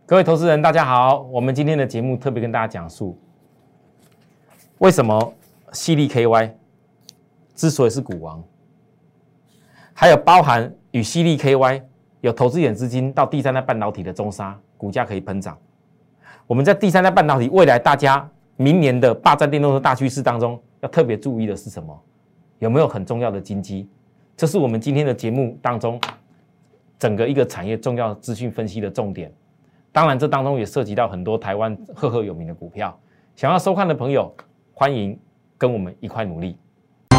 各位投资人，大家好。我们今天的节目特别跟大家讲述，为什么矽力 KY 之所以是股王，还有包含与矽力 KY 有投资眼资金到第三代半导体的中砂股价可以喷涨。我们在第三代半导体未来大家明年的霸占电动车大趋势当中，要特别注意的是什么？有没有很重要的金基？这是我们今天的节目当中整个一个产业重要资讯分析的重点。当然，这当中也涉及到很多台湾赫赫有名的股票。想要收看的朋友，欢迎跟我们一块努力。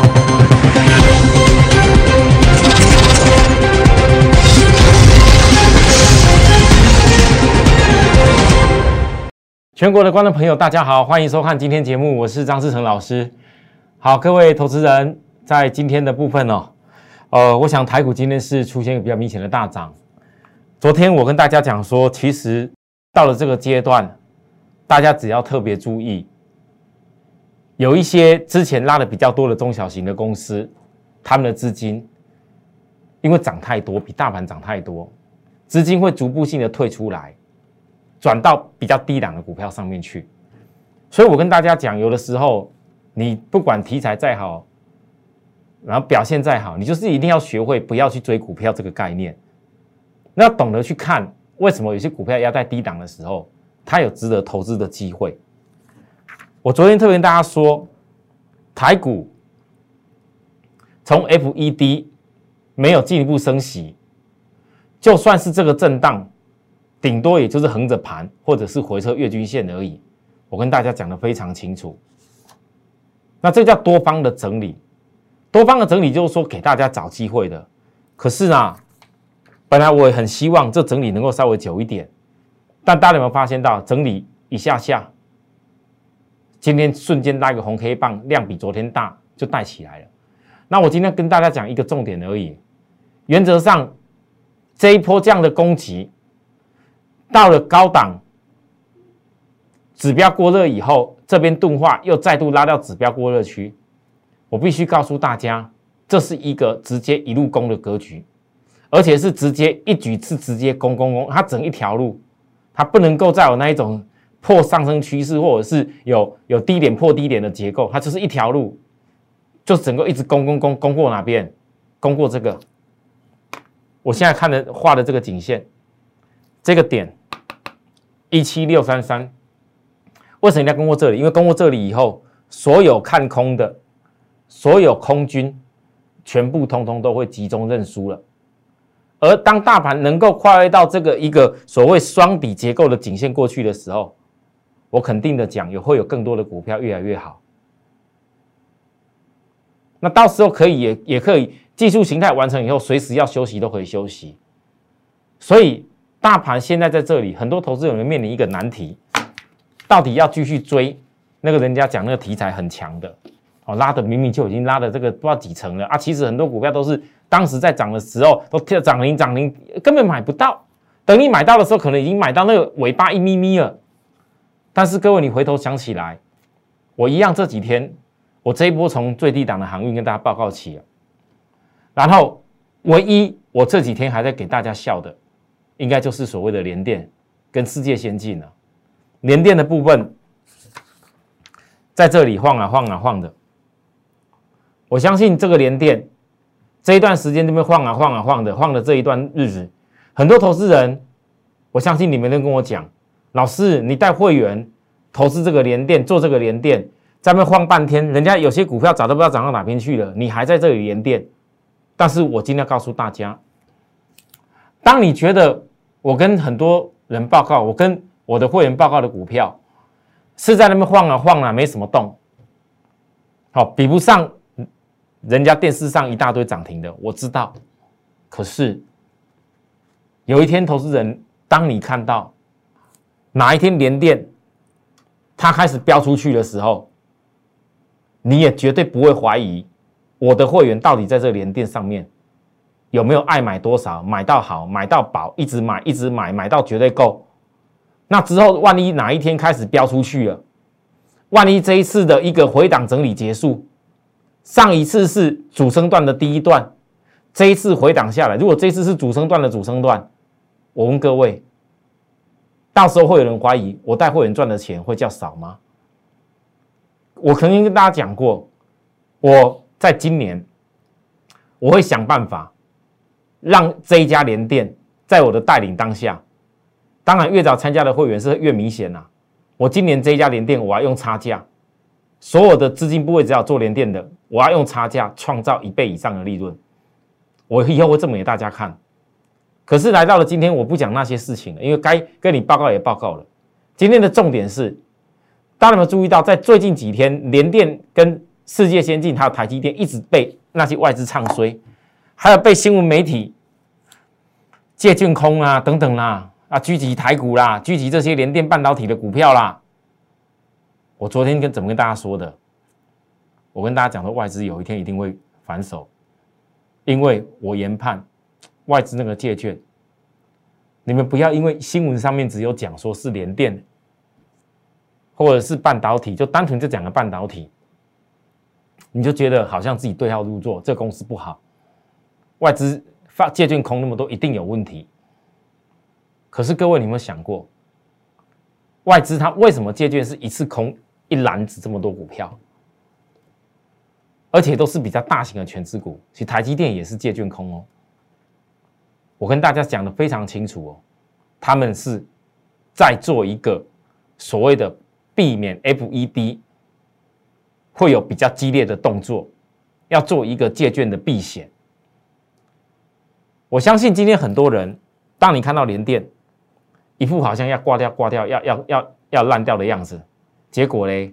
全国的观众朋友，大家好，欢迎收看今天节目，我是张志成老师。好，各位投资人，在今天的部分我想台股今天是出现一个比较明显的大涨。昨天我跟大家讲说，其实到了这个阶段，大家只要特别注意，有一些之前拉的比较多的中小型的公司，他们的资金因为涨太多，比大盘涨太多，资金会逐步性的退出来，转到比较低档的股票上面去。所以我跟大家讲，有的时候你不管题材再好，然后表现再好，你就是一定要学会不要去追股票这个概念。那要懂得去看为什么有些股票压在低档的时候，它有值得投资的机会。我昨天特别跟大家说，台股从 FED 没有进一步升息，就算是这个震荡，顶多也就是横着盘或者是回撤月均线而已。我跟大家讲得非常清楚。那这叫多方的整理，多方的整理就是说给大家找机会的。可是呢，本来我也很希望这整理能够稍微久一点，但大家有没有发现到整理一下下，今天瞬间拉一个红 K 棒，量比昨天大，就带起来了。那我今天跟大家讲一个重点而已，原则上这一波这样的攻击到了高档指标过热以后，这边钝化又再度拉到指标过热区，我必须告诉大家，这是一个直接一路攻的格局。而且是直接一举是直接攻，它整一条路，它不能够再有那一种破上升趋势，或者是有低点破低点的结构，它就是一条路，就整个一直攻过哪边？攻过这个。我现在看的画的这个颈线，这个点17633，为什么要攻过这里？因为攻过这里以后，所有看空的，所有空军，全部通通都会集中认输了。而当大盘能够跨越到这个一个所谓双底结构的颈线过去的时候，我肯定的讲，会有更多的股票越来越好。那到时候也可以技术形态完成以后，随时要休息都可以休息。所以大盘现在在这里，很多投资人面临一个难题，到底要继续追那个人家讲那个题材很强的，拉的明明就已经拉的这个不知道几成了啊，其实很多股票都是当时在涨的时候都涨停，根本买不到。等你买到的时候，可能已经买到那个尾巴一咪咪了。但是各位，你回头想起来，我一样这几天，我这一波从最低档的航运跟大家报告起了，然后唯一我这几天还在给大家笑的，应该就是所谓的联电跟世界先进了。联电的部分在这里晃啊晃啊晃的，我相信这个联电这一段时间这边晃啊晃啊晃的，晃的这一段日子，很多投资人，我相信你们都跟我讲，老师，你带会员投资这个联电，做这个联电，在那边晃半天，人家有些股票早都不知道涨到哪边去了，你还在这里联电。但是我今天要告诉大家，当你觉得我跟很多人报告，我跟我的会员报告的股票是在那边晃啊晃啊，没什么动，好，比不上人家电视上一大堆涨停的，我知道。可是有一天，投资人，当你看到哪一天联电它开始飙出去的时候，你也绝对不会怀疑我的会员到底在这联电上面有没有爱买多少，买到好，买到饱，一直买，一直买，买到绝对够。那之后，万一哪一天开始飙出去了，万一这一次的一个回档整理结束，上一次是主升段的第一段，这一次回档下来，如果这一次是主升段的主升段，我问各位， 到时候会有人怀疑我带会员赚的钱会较少吗？我曾经跟大家讲过，我在今年我会想办法让这一家联电在我的带领当下，当然越早参加的会员是越明显啦。我今年这一家联电我要用差价，所有的资金部位只要做联电的，我要用差价创造1倍以上的利润。我以后会证明给大家看。可是来到了今天，我不讲那些事情了，因为该跟你报告也报告了。今天的重点是，大家有没有注意到，在最近几天，联电跟世界先进还有台积电一直被那些外资唱衰，还有被新闻媒体借券空啊等等啦，狙击台股啦，狙击这些联电半导体的股票啦。我昨天怎么跟大家说的？我跟大家讲说，外资有一天一定会反手，因为我研判外资那个借券，你们不要因为新闻上面只有讲说是联电，或者是半导体，就单纯就讲个半导体，你就觉得好像自己对号入座，这个公司不好，外资发借券空那么多，一定有问题。可是各位，你有没有想过，外资它为什么借券是一次空一篮子这么多股票，而且都是比较大型的权值股？其实台积电也是借券空哦。我跟大家讲的非常清楚哦，他们是在做一个所谓的避免 FED 会有比较激烈的动作，要做一个借券的避险。我相信今天很多人，当你看到联电一副好像要挂掉要烂掉的样子，结果嘞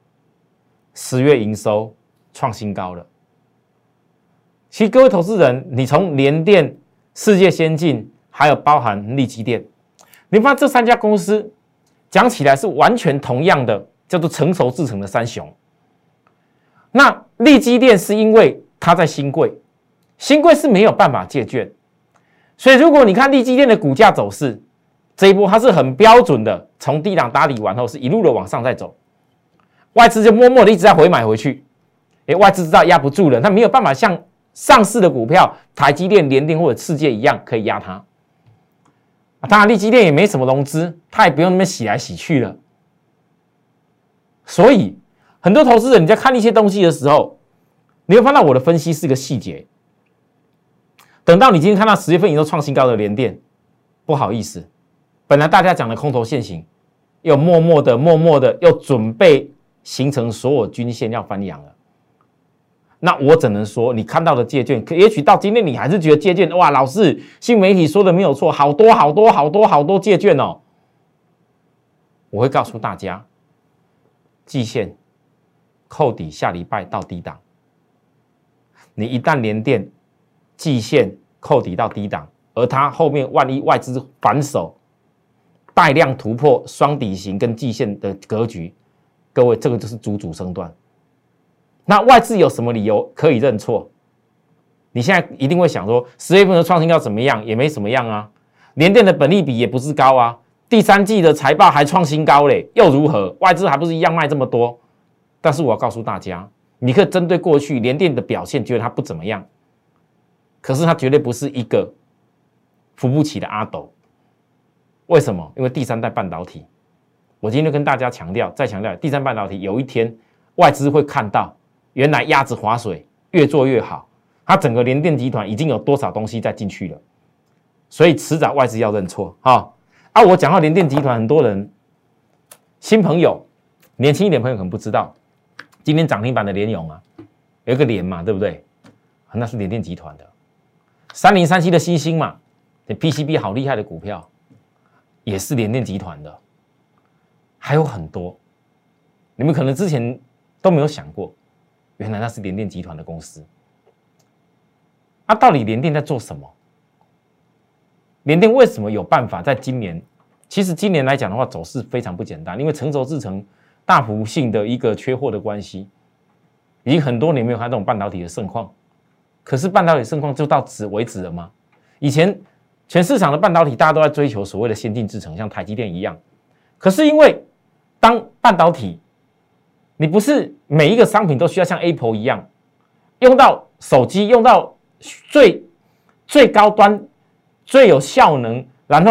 ，10月营收创新高了。其实各位投资人，你从联电、世界先进，还有包含力积电，你发现这3家公司讲起来是完全同样的，叫做成熟制成的三雄。那力积电是因为它在新贵，新贵是没有办法借券，所以如果你看力积电的股价走势，这一波它是很标准的，从低档打理完后是一路的往上再走，外资就默默的一直在回买回去。外资知道压不住了，它没有办法像上市的股票台积电、联电或者世界一样可以压它。当然力积电也没什么融资，它也不用那么洗来洗去了。所以很多投资人你在看一些东西的时候，你会发现我的分析是个细节。等到你今天看到10月份营收创新高的联电，不好意思，本来大家讲的空头现行，又默默的又准备形成所有均线要翻阳了。那我只能说，你看到的借券，也许到今天你还是觉得借券，哇，老师，新媒体说的没有错，好多借券哦。我会告诉大家，季线扣底下礼拜到低档，你一旦联电季线扣底到低档，而它后面万一外资反手带量突破双底型跟季线的格局，各位，这个就是主升段。那外资有什么理由可以认错？你现在一定会想说，10月份的创新高怎么样？也没什么样啊。联电的本益比也不是高啊，第3季的财报还创新高嘞，又如何？外资还不是一样卖这么多？但是我要告诉大家，你可以针对过去联电的表现，觉得它不怎么样，可是它绝对不是一个扶不起的阿斗。为什么？因为第3代半导体，我今天跟大家强调，再强调，第3半导体有一天外资会看到。原来鸭子划水越做越好，它整个联电集团已经有多少东西再进去了，所以迟早外资要认错我讲到联电集团，很多人新朋友、年轻一点朋友可能不知道，今天涨停板的联咏有一个联嘛，对不对？那是联电集团的。3037的新兴嘛， PCB 好厉害的股票，也是联电集团的。还有很多，你们可能之前都没有想过。原来那是联电集团的公司。到底联电在做什么？联电为什么有办法在今年？其实今年来讲的话，走势非常不简单，因为成熟制程大幅性的一个缺货的关系，已经很多年没有看这种半导体的盛况。可是半导体盛况就到此为止了吗？以前全市场的半导体大家都在追求所谓的先进制程，像台积电一样。可是因为当半导体你不是每一个商品都需要像 Apple 一样，用到手机，用到最高端、最有效能，然后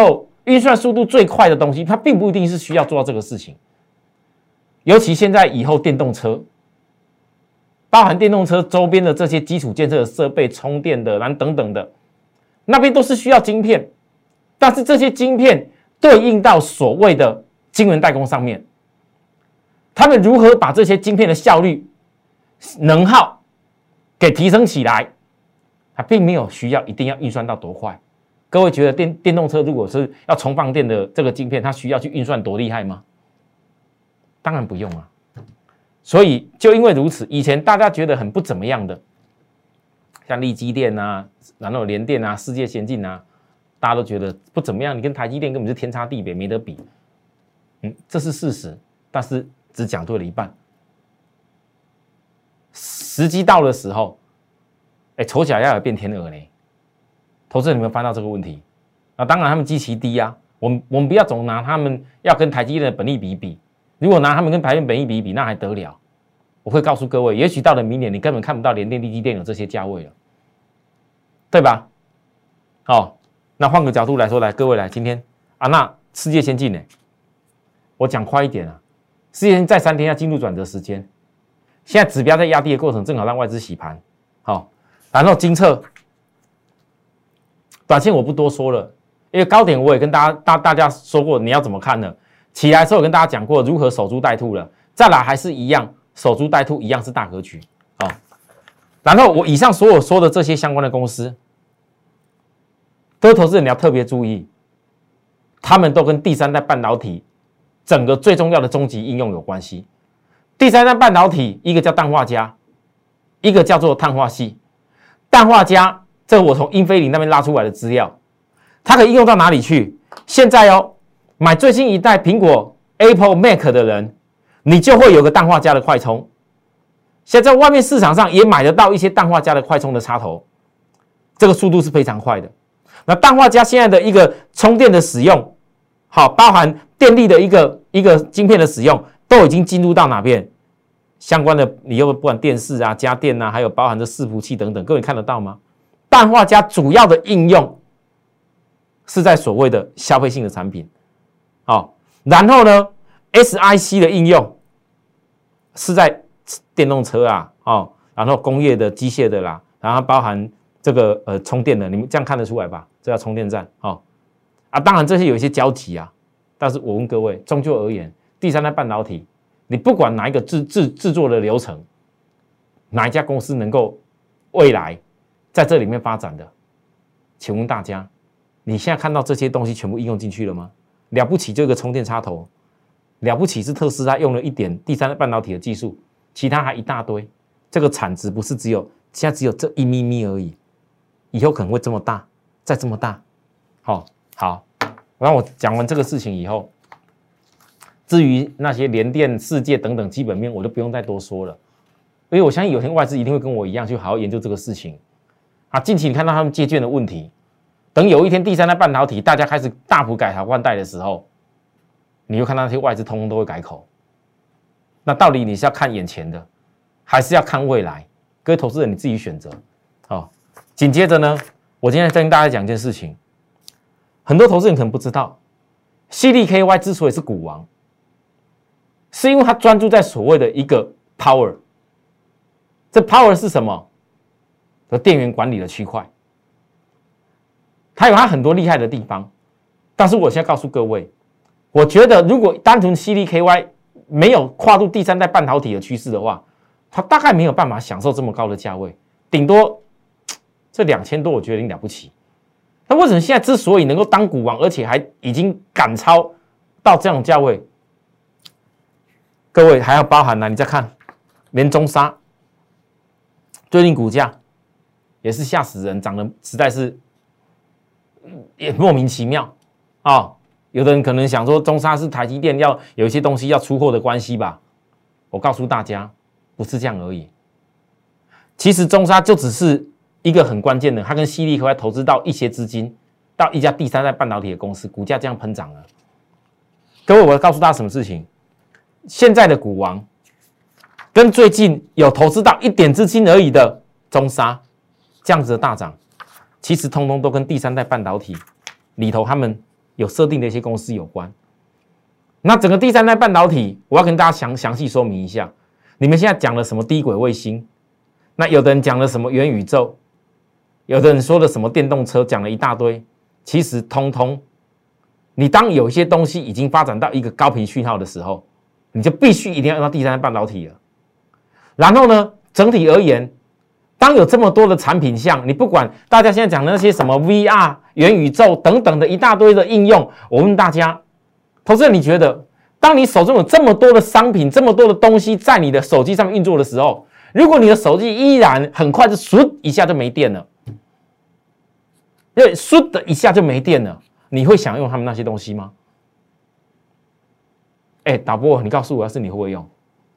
运算速度最快的东西，它并不一定是需要做到这个事情。尤其现在以后电动车，包含电动车周边的这些基础建设的设备、充电的等等的，那边都是需要晶片，但是这些晶片对应到所谓的晶圆代工上面，他们如何把这些晶片的效率、能耗给提升起来，它并没有需要一定要运算到多快。各位觉得电动车如果是要重放电的这个晶片，它需要去运算多厉害吗？当然不用啊。所以就因为如此，以前大家觉得很不怎么样的，像力积电啊，然后联电啊、世界先进啊，大家都觉得不怎么样，你跟台积电根本是天差地别，没得比。这是事实，但是只讲对了一半。时机到的时候，丑小鸭也变天鹅呢。投资人有没有翻到这个问题？当然他们基期低啊，我们不要总拿他们要跟台积电的本益比比。如果拿他们跟台积电本益比比，那还得了？我会告诉各位，也许到了明年，你根本看不到联电、力积电有这些价位了，对吧？那换个角度来说，各位今天那世界先进呢？我讲快一点啊，世界先进再3天要进入转折时间，现在指标在压低的过程，正好让外资洗盘。然后精测，短线我不多说了，因为高点我也跟大家说过，你要怎么看呢？起来的时候我跟大家讲过如何守株待兔了，再来还是一样守株待兔，一样是大格局。然后我以上所有说的这些相关的公司，各位投资人你要特别注意，他们都跟第三代半导体整个最重要的终极应用有关系。第三代半导体，一个叫氮化镓，一个叫做碳化矽。氮化镓，这我从英飞凌那边拉出来的资料，它可以应用到哪里去？现在买最新一代苹果 Apple Mac 的人，你就会有个氮化镓的快充。现在外面市场上也买得到一些氮化镓的快充的插头，这个速度是非常快的。那氮化镓现在的一个充电的使用，包含电力的一个晶片的使用，都已经进入到哪边？相关的，你又不管电视啊、家电啊，还有包含着伺服器等等，各位看得到吗？氮化镓主要的应用是在所谓的消费性的产品。然后呢 ，SiC 的应用是在电动车啊，然后工业的、机械的啦，然后包含这个充电的，你们这样看得出来吧？这叫充电站当然这些有一些交集啊，但是我问各位，终究而言，第三代半导体，你不管哪一个制作的流程，哪一家公司能够未来在这里面发展的，请问大家，你现在看到这些东西全部应用进去了吗？了不起就一个充电插头，了不起是特斯拉用了一点第三代半导体的技术，其他还一大堆。这个产值不是现在只有这1咪咪而已，以后可能会这么大，再这么大。好，让我讲完这个事情以后，至于那些联电、世界等等基本面，我就不用再多说了，因为我相信有天外资一定会跟我一样去好好研究这个事情。近期你看到他们借券的问题。等有一天第三代半导体大家开始大幅改朝换代的时候，你就看到那些外资通通都会改口。那到底你是要看眼前的，还是要看未来？各位投资人你自己选择。紧接着呢，我今天再跟大家讲一件事情，很多投资人可能不知道 ，CDKY 之所以是股王，是因为它专注在所谓的一个 power。这 power 是什么？电源管理的区块。它有它很多厉害的地方，但是我现在告诉各位，我觉得如果单纯 CDKY 没有跨入第三代半导体的趋势的话，它大概没有办法享受这么高的价位，顶多这2000多，我觉得已经了不起。那为什么现在之所以能够当股王，而且还已经赶超到这种价位？各位还要包含你再看，连中砂最近股价也是吓死人，涨得实在是。也莫名其妙有的人可能想说中砂是台积电要有一些东西要出货的关系吧，我告诉大家不是这样而已。其实中砂就只是一个很关键的，它跟CDKY投资到一些资金到一家第三代半导体的公司，股价这样喷涨了。各位，我要告诉大家什么事情？现在的股王跟最近有投资到一点资金而已的中砂这样子的大涨，其实通通都跟第三代半导体里头他们有设定的一些公司有关。那整个第三代半导体，我要跟大家详细说明一下。你们现在讲了什么低轨卫星？那有的人讲了什么元宇宙？有的人说了什么电动车？讲了一大堆，其实通通，你当有一些东西已经发展到一个高频讯号的时候，你就必须一定要用到第三代半导体了。然后呢，整体而言，当有这么多的产品项，你不管大家现在讲的那些什么 VR、元宇宙等等的一大堆的应用，我问大家，投资人，你觉得，当你手中有这么多的商品、这么多的东西在你的手机上面运作的时候，如果你的手机依然很快就嗖一下就没电了，因为嗖的一下就没电了，你会想用他们那些东西吗？哎，导播，你告诉我，要是你会不会用？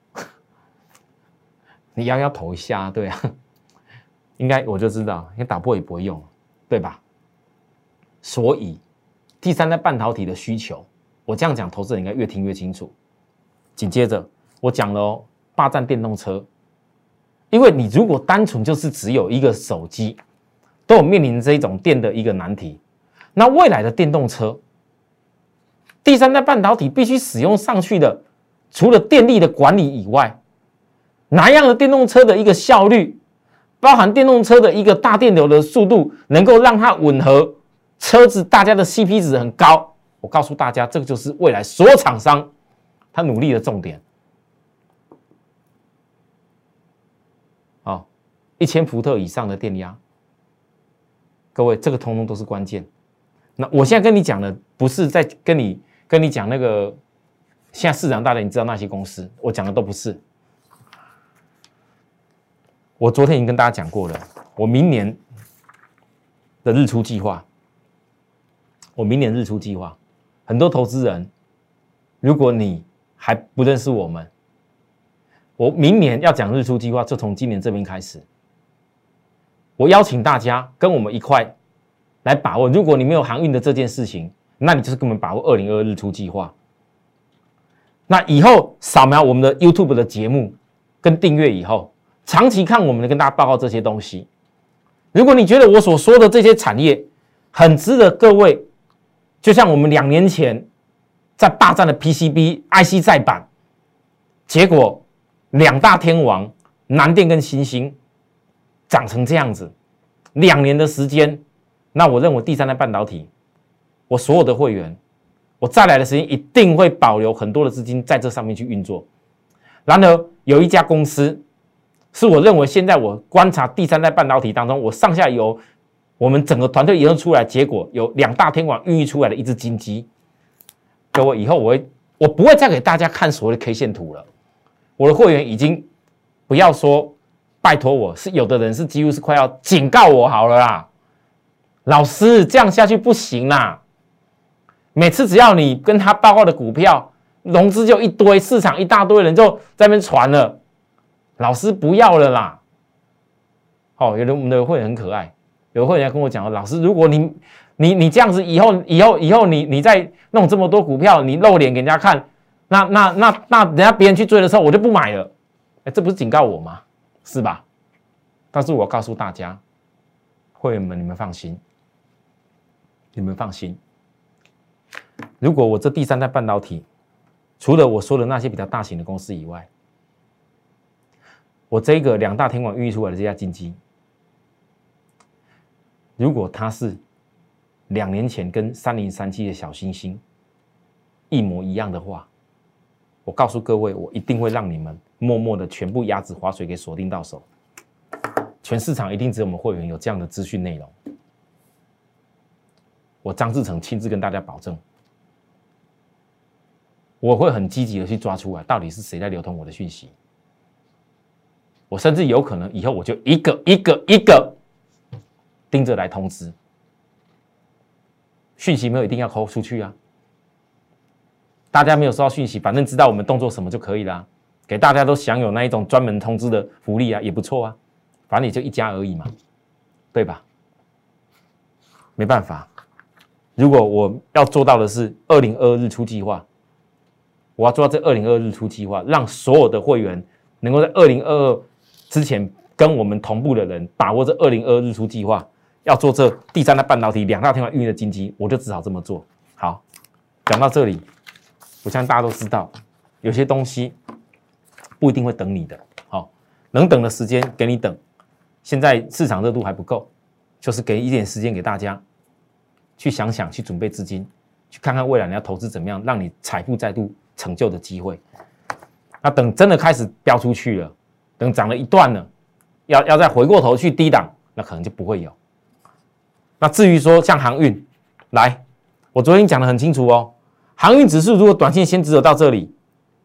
你摇摇头一下，对啊，应该我就知道，因为导播也不会用，对吧？所以第三代半导体的需求，我这样讲，投资人应该越听越清楚。紧接着我讲了哦，霸占电动车，因为你如果单纯就是只有一个手机，都有面临这一种电的一个难题。那未来的电动车，第三代半导体必须使用上去的，除了电力的管理以外，哪样的电动车的一个效率，包含电动车的一个大电流的速度，能够让它吻合车子大家的 CP 值很高。我告诉大家，这个就是未来所有厂商他努力的重点。好，1000伏特以上的电压，各位，这个通通都是关键。那我现在跟你讲的，不是在跟你讲那个现在市场大的，你知道那些公司，我讲的都不是。我昨天已经跟大家讲过了，我明年的日出计划，很多投资人，如果你还不认识我们，我明年要讲日出计划，就从今年这边开始。我邀请大家跟我们一块来把握。如果你没有航运的这件事情，那你就是跟我们把握2022日出计划。那以后扫描我们的 YouTube 的节目跟订阅以后，长期看我们跟大家报告这些东西。如果你觉得我所说的这些产业很值得各位，就像我们2年前在霸占的 PCB、IC 载板，结果2大天王南电跟新兴长成这样子，2年的时间，那我认为第三代半导体，我所有的会员，我再来的时间一定会保留很多的资金在这上面去运作。然而有一家公司，是我认为现在我观察第三代半导体当中，我上下游我们整个团队研究出来，结果有2大天王孕育出来的一只金鸡。各位，以后我不会再给大家看所谓的 K 线图了。我的会员已经不要说拜托我，是有的人是几乎是快要警告我好了啦，老师这样下去不行啦。每次只要你跟他报告的股票融资就一堆，市场一大堆人就在那边传了，老师不要了啦。哦，有的我们的会员很可爱，有的会员跟我讲，老师，如果你这样子以后你再弄这么多股票，你露脸给人家看，那人家别人去追的时候，我就不买了。哎，这不是警告我吗？是吧？但是我告诉大家，会员们，你们放心，如果我这第三代半导体，除了我说的那些比较大型的公司以外，我这个2大天王孕育出来的这家金鸡，如果它是2年前跟3037的小星星一模一样的话，我告诉各位，我一定会让你们默默的全部鸭子划水给锁定到手。全市场一定只有我们会员有这样的资讯内容。我张志成亲自跟大家保证，我会很积极的去抓出来，到底是谁在流通我的讯息。我甚至有可能以后我就一个盯着来通知。讯息没有一定要抠出去啊，大家没有收到讯息，反正知道我们动作什么就可以啦，给大家都享有那一种专门通知的福利啊，也不错啊，反正也就一家而已嘛，对吧？没办法，如果我要做到的是2022日出计划，我要做到这2022日出计划，让所有的会员能够在2022之前跟我们同步的人把握这2022日出计划，要做这第三代半导体2大天王孕育的金鸡，我就只好这么做。 好，讲到这里，我相信大家都知道，有些东西不一定会等你的，好，能等的时间给你等。现在市场热度还不够，就是给一点时间给大家去想想，去准备资金，去看看未来你要投资怎么样，让你财富再度成就的机会。那等真的开始飙出去了，等涨了一段了，要再回过头去低档，那可能就不会有。那至于说像航运，来，我昨天讲得很清楚哦，航运指数如果短线先只有到这里，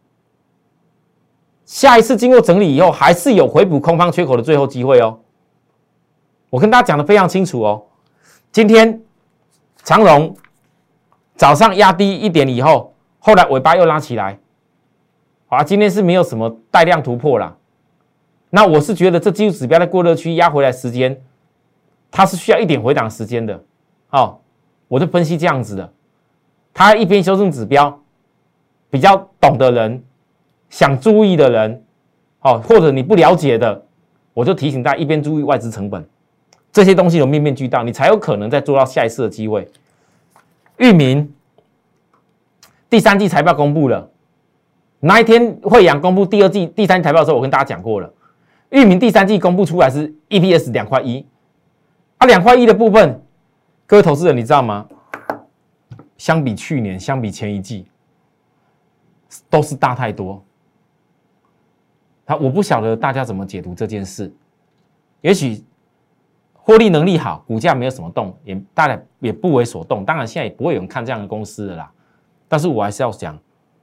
下一次经过整理以后，还是有回补空方缺口的最后机会哦。我跟大家讲得非常清楚哦。今天长荣早上压低一点以后，后来尾巴又拉起来，好，今天是没有什么带量突破啦。那我是觉得这技术指标在过热区压回来时间，它是需要一点回档时间的。好，我就分析这样子的，它一边修正指标，比较懂的人，想注意的人，或者你不了解的，我就提醒大家一边注意外资成本，这些东西有面面俱到，你才有可能再做到下一次的机会。裕民第三季财报公布了，那一天慧洋公布第三季财报的时候，我跟大家讲过了，裕民第三季公布出来是 EPS 2.1块，啊2.1块的部分，各位投资人你知道吗？相比去年，相比前一季，都是大太多。我不晓得大家怎么解读这件事，也许获利能力好，股价没有什么动，大家也不为所动。当然，现在也不会有人看这样的公司了啦。但是我还是要讲，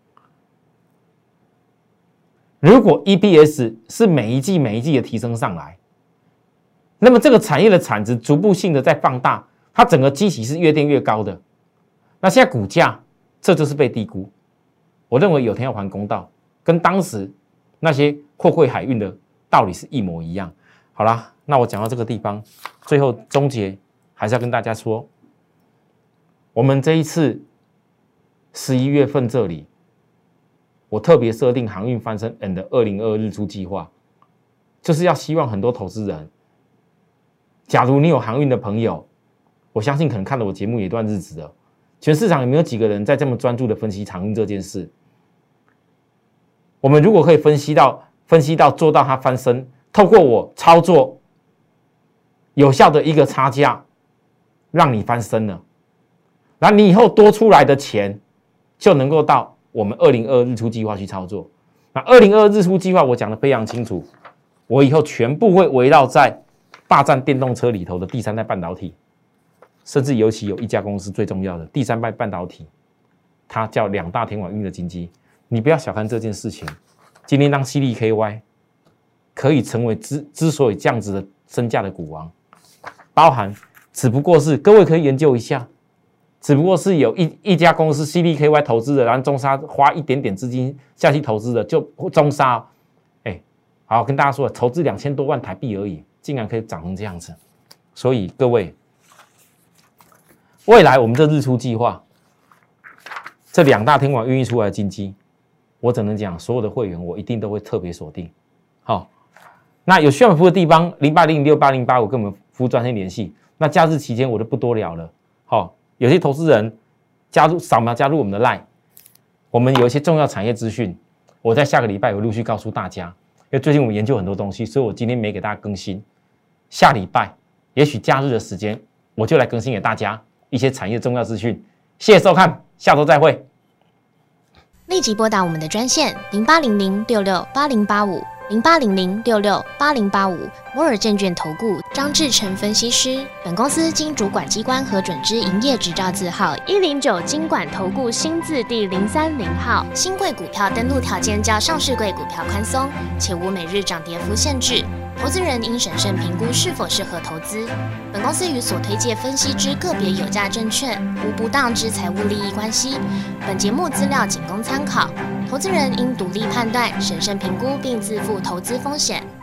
如果 EPS 是每一季的提升上来，那么这个产业的产值逐步性的在放大，它整个基期是越垫越高的。那现在股价这就是被低估，我认为有天要还公道，跟当时那些货柜海运的道理是一模一样。好啦，那我讲到这个地方，最后终结还是要跟大家说，我们这一次11月份这里，我特别设定航运翻身 and 2022日出计划，就是要希望很多投资人，假如你有航运的朋友，我相信可能看了我节目也一段日子了，全市场有没有几个人在这么专注的分析航运这件事？我们如果可以分析到做到它翻身，透过我操作有效的一个差价，让你翻身了，然后你以后多出来的钱就能够到我们2022日出计划去操作。那2022日出计划我讲得非常清楚，我以后全部会围绕在霸占电动车里头的第三代半导体，甚至尤其有一家公司最重要的第三代半导体，它叫2大天王运的金鸡。你不要小看这件事情，今天当 CDKY 可以成为之所以这样子的身价的股王，包含只不过是各位可以研究一下，只不过是有一家公司 CDKY 投资的，然后中砂花一点点资金下去投资的，就中砂，好跟大家说，投资2000多万台币而已，竟然可以涨成这样子。所以各位，未来我们这日出计划，这2大天王孕育出来的金鸡，我只能讲所有的会员我一定都会特别锁定。好，那有需要服务的地方08068085跟我们服务专线联系。那假日期间我就不多聊了。好，有些投资人扫描加入我们的 LINE， 我们有一些重要产业资讯，我在下个礼拜有陆续告诉大家。因为最近我们研究很多东西，所以我今天没给大家更新。下礼拜也许假日的时间，我就来更新给大家一些产业重要资讯。谢谢收看，下周再会。 立即拨打我们的专线0800668085。0800668085，摩尔证券投顾张志成分析师。本公司经主管机关核准之营业执照字号109金管投顾新字第030号。新贵股票登录条件较上市贵股票宽松，且无每日涨跌幅限制。投资人应审慎评估是否适合投资。本公司与所推介分析之个别有价证券无不当之财务利益关系。本节目资料仅供参考，投资人应独立判断、审慎评估并自负投资风险。